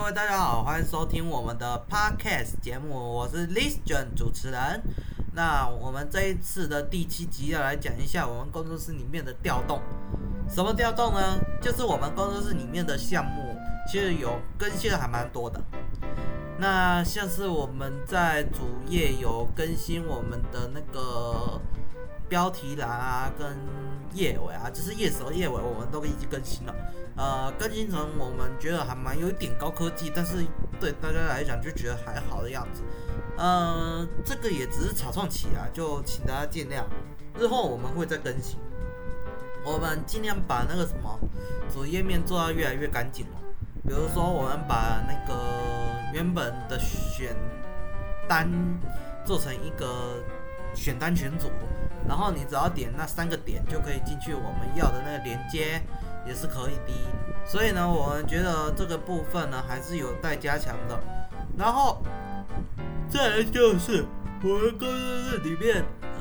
位大家好，欢迎收听我们的 Podcast 节目，我是 Listen 主持人。那我们这一次的第7集要来讲一下我们工作室里面的调动。什么调动呢？就是我们工作室里面的项目，其实有更新的还蛮多的。那像是我们在主页有更新我们的那个标题栏啊，跟页尾啊，就是页首页尾我们都已经更新了。更新成我们觉得还蛮有一点高科技，但是对大家来讲就觉得还好的样子。这个也只是草创期啊，就请大家见谅。日后我们会再更新，我们尽量把那个什么主页面做到越来越干净哦。比如说，我们把那个原本的选单做成一个选单群组，然后你只要点那3个点就可以进去我们要的那个连接。也是可以的，所以呢，我们觉得这个部分呢还是有待加强的。然后再来就是我们工作室里面，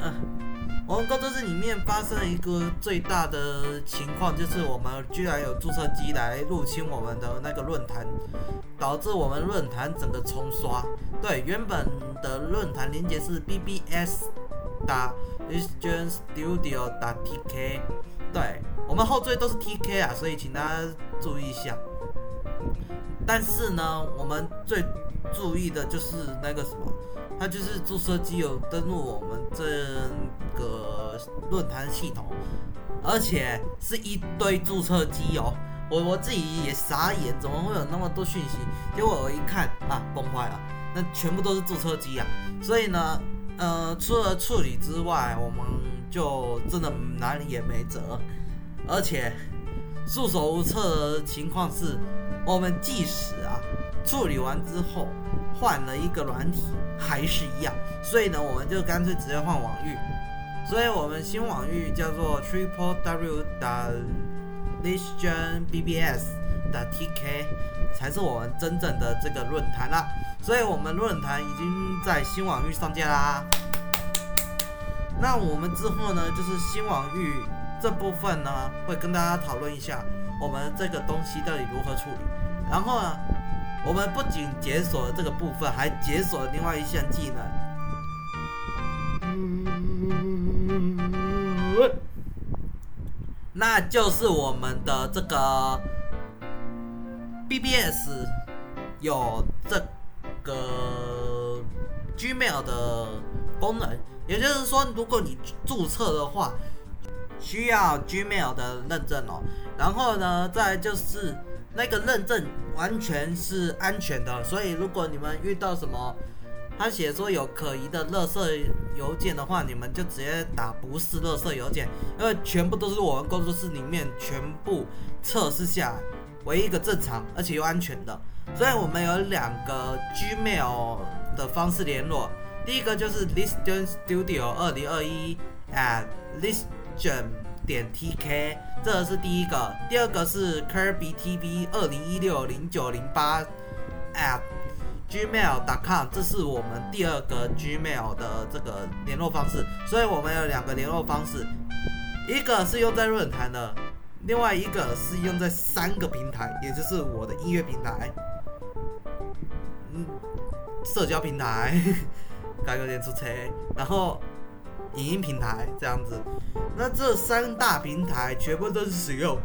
发生了一个最大的情况，就是我们居然有注册机来入侵我们的那个论坛，导致我们论坛整个冲刷。对，原本的论坛连接是 bbs.visionstudio.tk， 对。我们后缀都是 TK 啊，所以请大家注意一下。但是呢，我们最注意的就是那个什么，它就是注册机有登录我们这个论坛系统，而且是一堆注册机哦。我自己也傻眼，怎么会有那么多讯息？结果我一看啊，崩坏了，那全部都是注册机啊。所以呢，除了处理之外，我们就真的哪里也没辙。而且束手无策的情况是，我们即使处理完之后换了一个软体还是一样，所以呢我们就干脆直接换网域。所以我们新网域叫做 www.listenbbs.tk 才是我们真正的这个论坛啦。所以我们论坛已经在新网域上架啦。那我们之后呢，就是新网域这部分呢，会跟大家讨论一下我们这个东西到底如何处理。然后呢，我们不仅解锁了这个部分，还解锁了另外一项技能，那就是我们的这个 BBS 有这个 Gmail 的功能，也就是说，如果你注册的话，需要 Gmail 的认证哦。然后呢，再来就是那个认证完全是安全的，所以如果你们遇到什么他写说有可疑的垃圾邮件的话，你们就直接打不是垃圾邮件，因为全部都是我们工作室里面全部测试下来唯一一个正常而且又安全的。所以我们有2个 Gmail 的方式联络，第一个就是 listenstudio2021@listen.tk， 这是第一个。第二个是 kirbytv20160908@gmail.com， 这是我们第2个 Gmail 的这个联络方式。所以我们有2个联络方式，一个是用在论坛的，另外一个是用在3个平台，也就是我的音乐平台、社交平台，刚有点出车，然後影音平台这样子。那这3大平台全部都是使用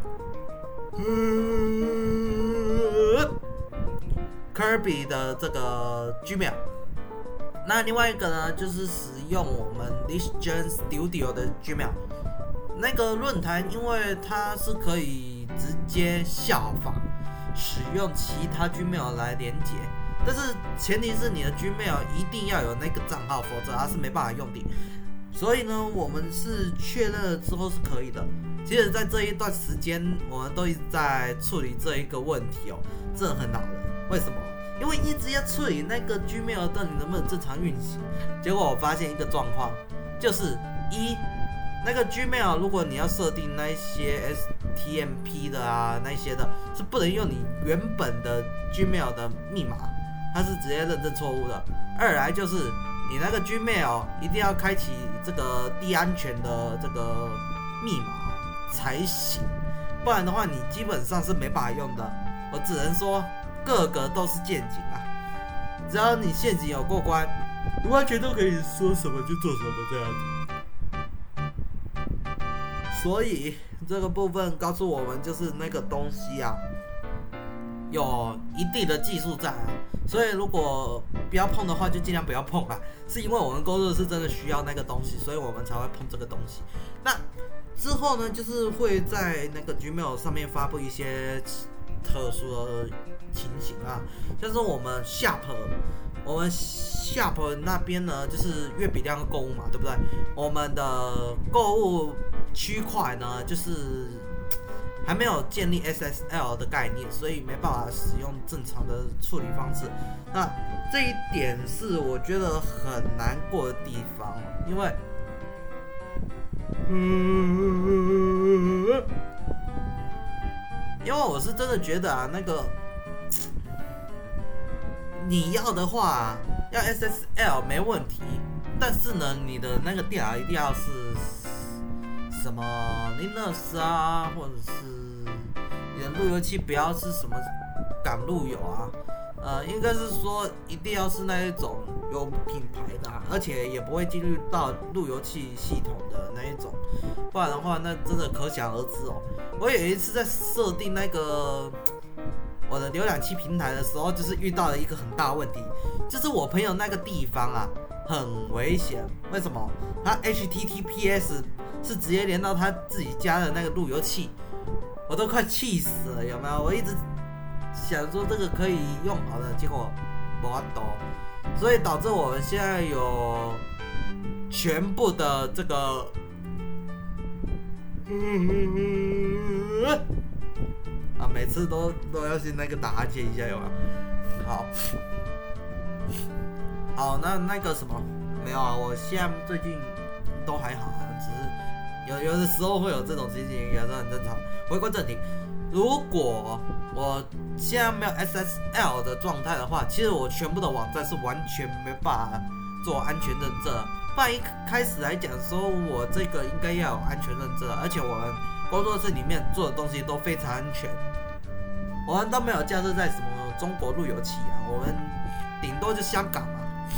Kirby 的这个 Gmail。那另外一个呢，就是使用我们 Listen Studio 的 Gmail。那个论坛因为它是可以直接效仿使用其他 Gmail 来连接，但是前提是你的 Gmail 一定要有那个账号，否则它是没办法用的。所以呢，我们是确认了之后是可以的。其实在这一段时间我们都一直在处理这一个问题哦，这很恼人。为什么？因为一直要处理那个 Gmail 到底能不能正常运行。结果我发现一个状况，就是那个 Gmail 如果你要设定那一些 STMP 的那些的，是不能用你原本的 Gmail 的密码，它是直接认证错误的。二来就是你那个 Gmail 一定要开启这个低安全的这个密码才行，不然的话你基本上是没办法用的。我只能说个个都是陷阱啊，只要你陷阱有过关，你完全都可以说什么就做什么这样子。所以这个部分告诉我们，就是那个东西啊，有一定的技术在啊，所以如果不要碰的话，就尽量不要碰啊。是因为我们工作室真的需要那个东西，所以我们才会碰这个东西。那之后呢，就是会在那个 Gmail 上面发布一些特殊的情形啊，像是我们 Shop 那边呢，就是月比量购物嘛，对不对？我们的购物区块呢，就是还没有建立 SSL 的概念，所以没办法使用正常的处理方式。那这一点是我觉得很难过的地方，因为我是真的觉得啊，那个你要的话要 SSL 没问题，但是呢，你的那个电脑一定要是什么 Linux 啊，或者是你的路由器不要是什么港路由啊，应该是说一定要是那一种有品牌的而且也不会进入到路由器系统的那一种，不然的话，那真的可想而知哦。我有一次在设定那个我的浏览器平台的时候，就是遇到了一个很大的问题，就是我朋友那个地方啊很危险。为什么？他 HTTPS 是直接连到他自己家的那个路由器，我都快气死了，有没有？我一直想说这个可以用好的，结果没办法，所以导致我们现在有全部的这个每次都要先那个打哈欠一下，有没有？好，那个什么没有啊？我现在最近都还好啊，只是有的时候会有这种情形，也是很正常。回归正题，如果我现在没有 SSL 的状态的话，其实我全部的网站是完全没办法做安全认证。不然一开始来讲说，我这个应该要有安全认证，而且我们工作室里面做的东西都非常安全，我们都没有架设在什么中国路由器啊，我们顶多就香港嘛。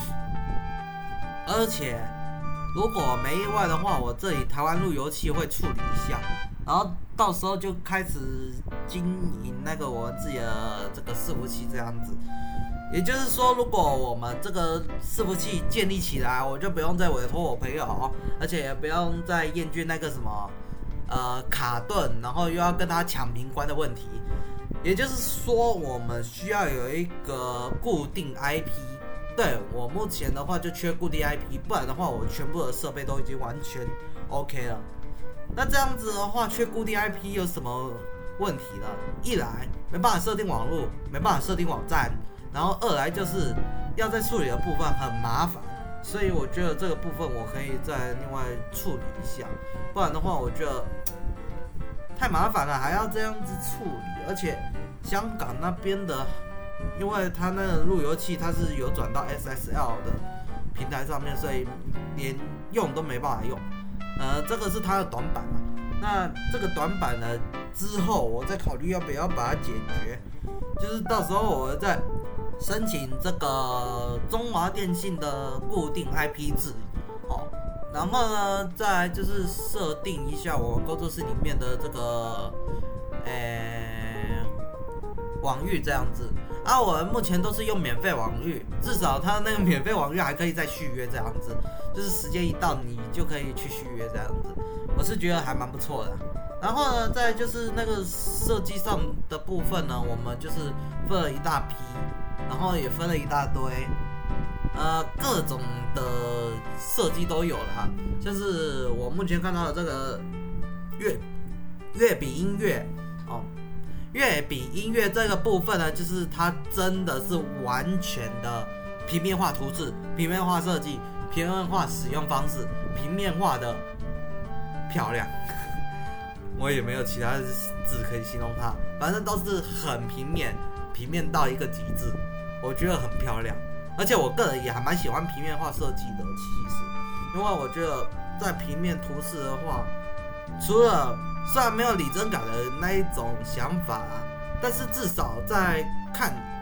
而且如果没意外的话，我这里台湾路由器会处理一下，然后到时候就开始经营那个我们自己的这个伺服器这样子。也就是说，如果我们这个伺服器建立起来，我就不用再委托我朋友，而且也不用再厌倦那个什么卡顿，然后又要跟他抢频关的问题。也就是说，我们需要有一个固定 IP。对，我目前的话就缺固定 IP， 不然的话我全部的设备都已经完全 OK 了。那这样子的话，缺固定 IP 有什么问题呢？一来没办法设定网络，没办法设定网站，然后二来就是要在处理的部分很麻烦，所以我觉得这个部分我可以再另外处理一下，不然的话我觉得太麻烦了，还要这样子处理，而且香港那边的。因为它那个路由器它是有转到 SSL 的平台上面，所以连用都没办法用。这个是它的短板啊。那这个短板呢，之后我再考虑要不要把它解决。就是到时候我再申请这个中华电信的固定 IP 制，然后呢，再来就是设定一下我工作室里面的这个网域这样子。我们目前都是用免费网域，至少它那个免费网域还可以再续约这样子，就是时间一到你就可以去续约这样子，我是觉得还蛮不错的。然后呢，再就是那个设计上的部分呢，我们就是分了一大批，然后也分了一大堆，各种的设计都有了，像是我目前看到的这个乐比音乐乐比音乐这个部分呢，就是它真的是完全的平面化图示、平面化设计、平面化使用方式、平面化的漂亮。我也没有其他字可以形容它，反正都是很平面，平面到一个极致，我觉得很漂亮。而且我个人也还蛮喜欢平面化设计的，其实，因为我觉得在平面图示的话，除了虽然没有拟真感的那一种想法但是至少在看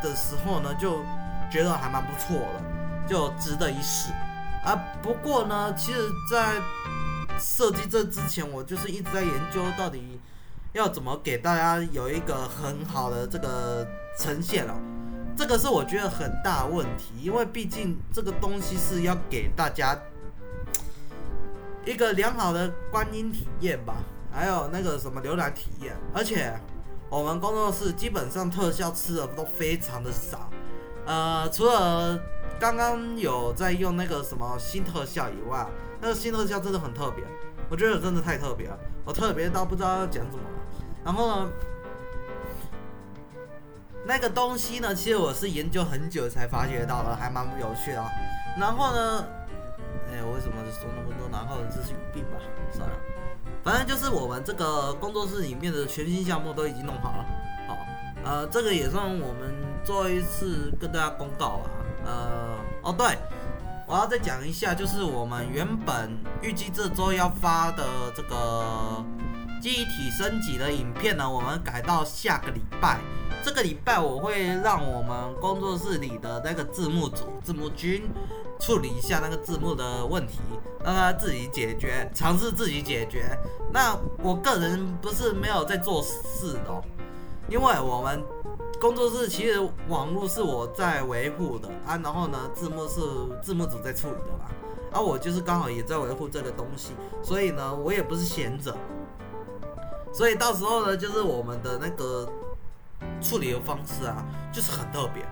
的时候呢，就觉得还蛮不错的，就值得一试啊。不过呢，其实在设计这之前，我就是一直在研究到底要怎么给大家有一个很好的这个呈现哦。这个是我觉得很大的问题，因为毕竟这个东西是要给大家一个良好的观影体验吧，还有那个什么浏览体验。而且我们工作室基本上特效吃的都非常的少，除了刚刚有在用那个什么新特效以外，那个新特效真的很特别，我觉得真的太特别了，我特别到不知道要讲什么了。然后呢，那个东西呢，其实我是研究很久才发觉到的，还蛮有趣的哦。然后呢，我为什么说那么多？然后这是语病吧？算了，反正就是我们这个工作室里面的全新项目都已经弄好了。好，这个也算我们最后一次跟大家公告吧。对，我要再讲一下，就是我们原本预计这周要发的这个记忆体升级的影片呢，我们改到下个礼拜。这个礼拜我会让我们工作室里的那个字幕组、字幕君处理一下那个字幕的问题，让他自己解决，尝试自己解决。那我个人不是没有在做事的哦，因为我们工作室其实网络是我在维护的啊，然后呢字幕是字幕组在处理的嘛，啊我就是刚好也在维护这个东西，所以呢我也不是闲着，所以到时候呢就是我们的那个处理的方式啊，就是很特别。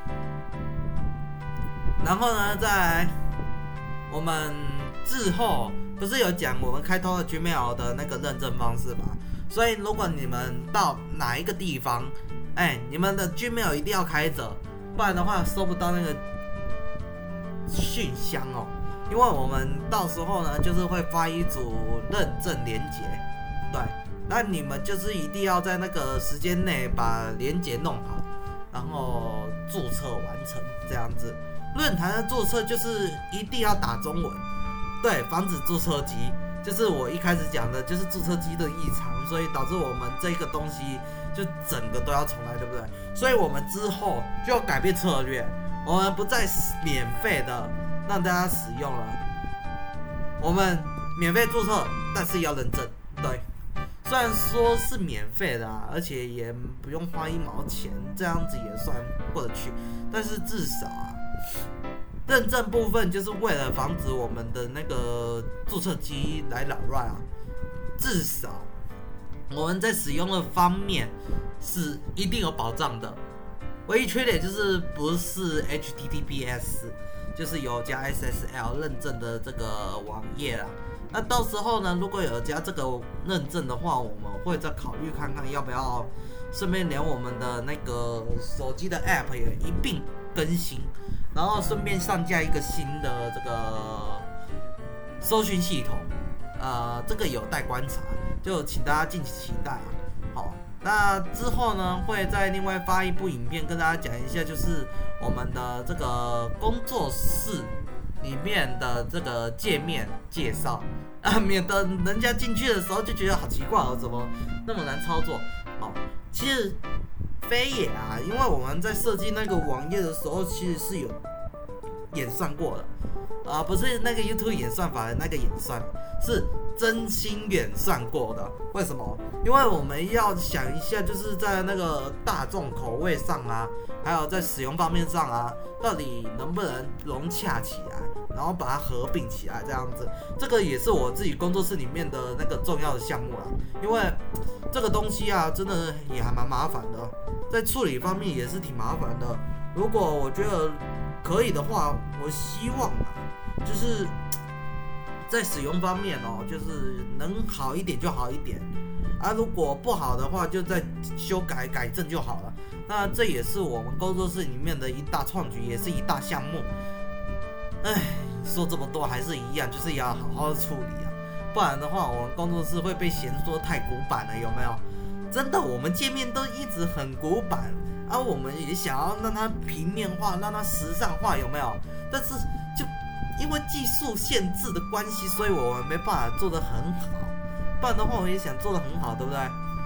然后呢，再来我们之后不是有讲我们开通了 Gmail 的那个认证方式嘛？所以如果你们到哪一个地方，你们的 Gmail 一定要开着，不然的话收不到那个讯箱哦。因为我们到时候呢，就是会发一组认证连结，对。那你们就是一定要在那个时间内把连结弄好，然后注册完成这样子。论坛的注册就是一定要打中文，对，防止注册机，就是我一开始讲的，就是注册机的异常，所以导致我们这个东西就整个都要重来，对不对？所以我们之后就要改变策略，我们不再免费的让大家使用了，我们免费注册，但是要认证，对。虽然说是免费的啊，而且也不用花1毛钱，这样子也算过得去。但是至少啊，认证部分就是为了防止我们的那个注册机来扰乱啊。至少我们在使用的方面是一定有保障的。唯一缺点就是不是 HTTPS， 就是有加 SSL 认证的这个网页啦。那到时候呢，如果有加这个认证的话，我们会再考虑看看要不要顺便连我们的那个手机的 App 也一并更新，然后顺便上架一个新的这个搜寻系统，这个有待观察，就请大家敬请期待啊。好，那之后呢，会再另外发一部影片跟大家讲一下，就是我们的这个工作室里面的这个界面介绍啊，免得人家进去的时候就觉得好奇怪哦，怎么那么难操作？其实非也啊，因为我们在设计那个网页的时候，其实是有演算过的啊，不是那个 YouTube 演算法的那个演算，是真心演算过的。为什么？因为我们要想一下，就是在那个大众口味上啊，还有在使用方面上啊，到底能不能融洽起来，然后把它合并起来，这样子，这个也是我自己工作室里面的那个重要的项目啦。因为这个东西啊，真的也还蛮麻烦的，在处理方面也是挺麻烦的。如果我觉得可以的话，我希望啊，就是在使用方面哦，就是能好一点就好一点啊。如果不好的话，就再修改改正就好了。那这也是我们工作室里面的一大创举，也是一大项目。说这么多还是一样，就是要好好的处理啊，不然的话，我们工作室会被嫌说太古板了，有没有？真的，我们界面都一直很古板啊，我们也想要让它平面化，让它时尚化，有没有？但是就因为技术限制的关系，所以我们没办法做得很好。不然的话，我也想做得很好，对不对？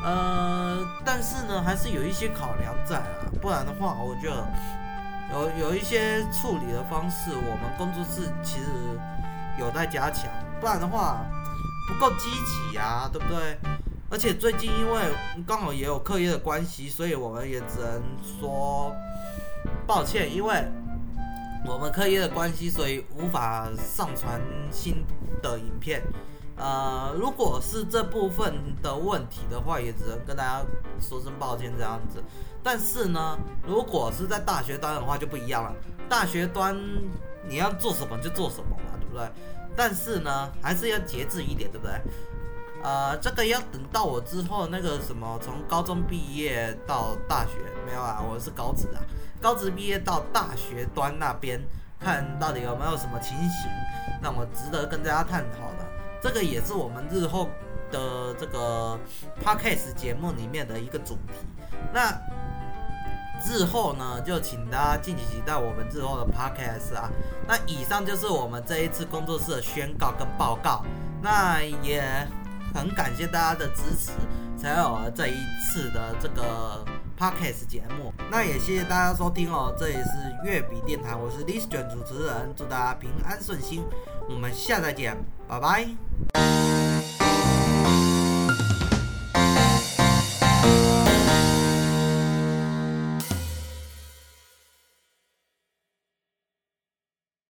但是呢，还是有一些考量在啊，不然的话，我觉得有一些处理的方式，我们工作室其实有在加强，不然的话不够积极啊，对不对？而且最近因为刚好也有课业的关系，所以我们也只能说抱歉，因为我们课业的关系，所以无法上传新的影片。如果是这部分的问题的话，也只能跟大家说声抱歉这样子。但是呢，如果是在大学端的话就不一样了。大学端你要做什么就做什么嘛，对不对？但是呢，还是要节制一点，对不对？这个要等到我之后那个什么，从高中毕业到大学，没有啊，我是高职啊，高职毕业到大学端那边，看到底有没有什么情形让我值得跟大家探讨的。这个也是我们日后的这个 podcast 节目里面的一个主题。那日后呢，就请大家敬请期待我们日后的 podcast 啊。那以上就是我们这一次工作室的宣告跟报告。那也很感谢大家的支持，才有了这一次的这个 podcast 节目。那也谢谢大家收听哦，这里是粤笔电台，我是 Lister 主持人，祝大家平安顺心，我们下次再见，拜拜。